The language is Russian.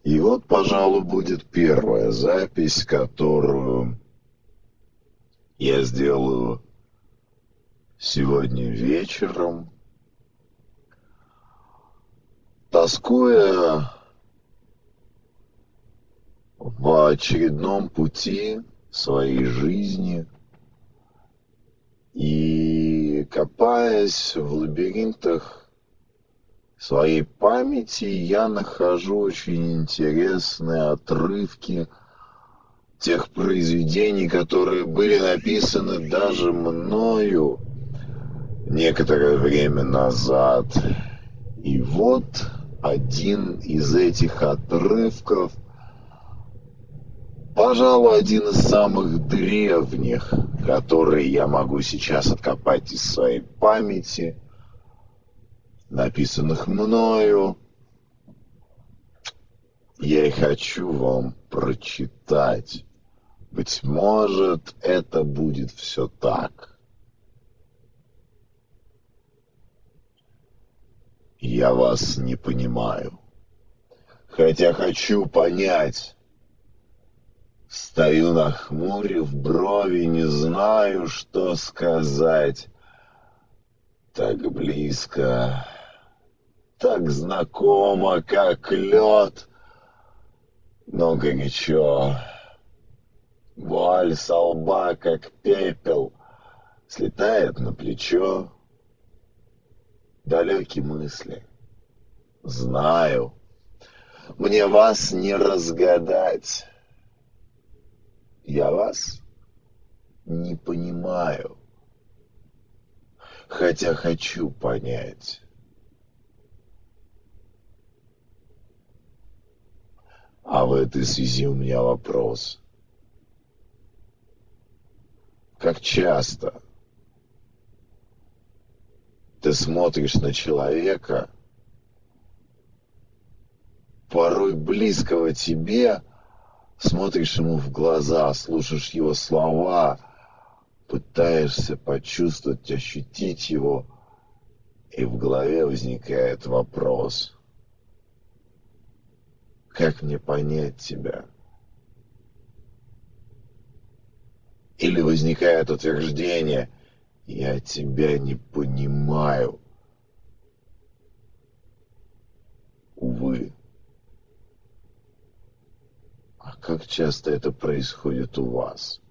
И вот, пожалуй, будет первая запись, которую я сделаю сегодня вечером, тоскуя в очередном пути своей жизни и копаясь в лабиринтах своей памяти, я нахожу очень интересные отрывки тех произведений, которые были написаны даже мною некоторое время назад. И вот один из этих отрывков, пожалуй, один из самых древних, которые я могу сейчас откопать из своей памяти, написанных мною. Я и хочу вам прочитать. Быть может, это будет все так. Я вас не понимаю. Хотя хочу понять. Стою нахмурив брови, не знаю, что сказать. Так близко, так знакомо, как лед, но горячо. Вуаль со лба, как пепел, слетает на плечо. Далекие мысли. Знаю, мне вас не разгадать. Я вас не понимаю, хотя хочу понять. А в этой связи у меня вопрос. Как часто ты смотришь на человека, порой близкого тебе, смотришь ему в глаза, слушаешь его слова, пытаешься почувствовать, ощутить его, и в голове возникает вопрос. Как мне понять тебя? Или возникает утверждение «Я тебя не понимаю». Увы. А как часто это происходит у вас?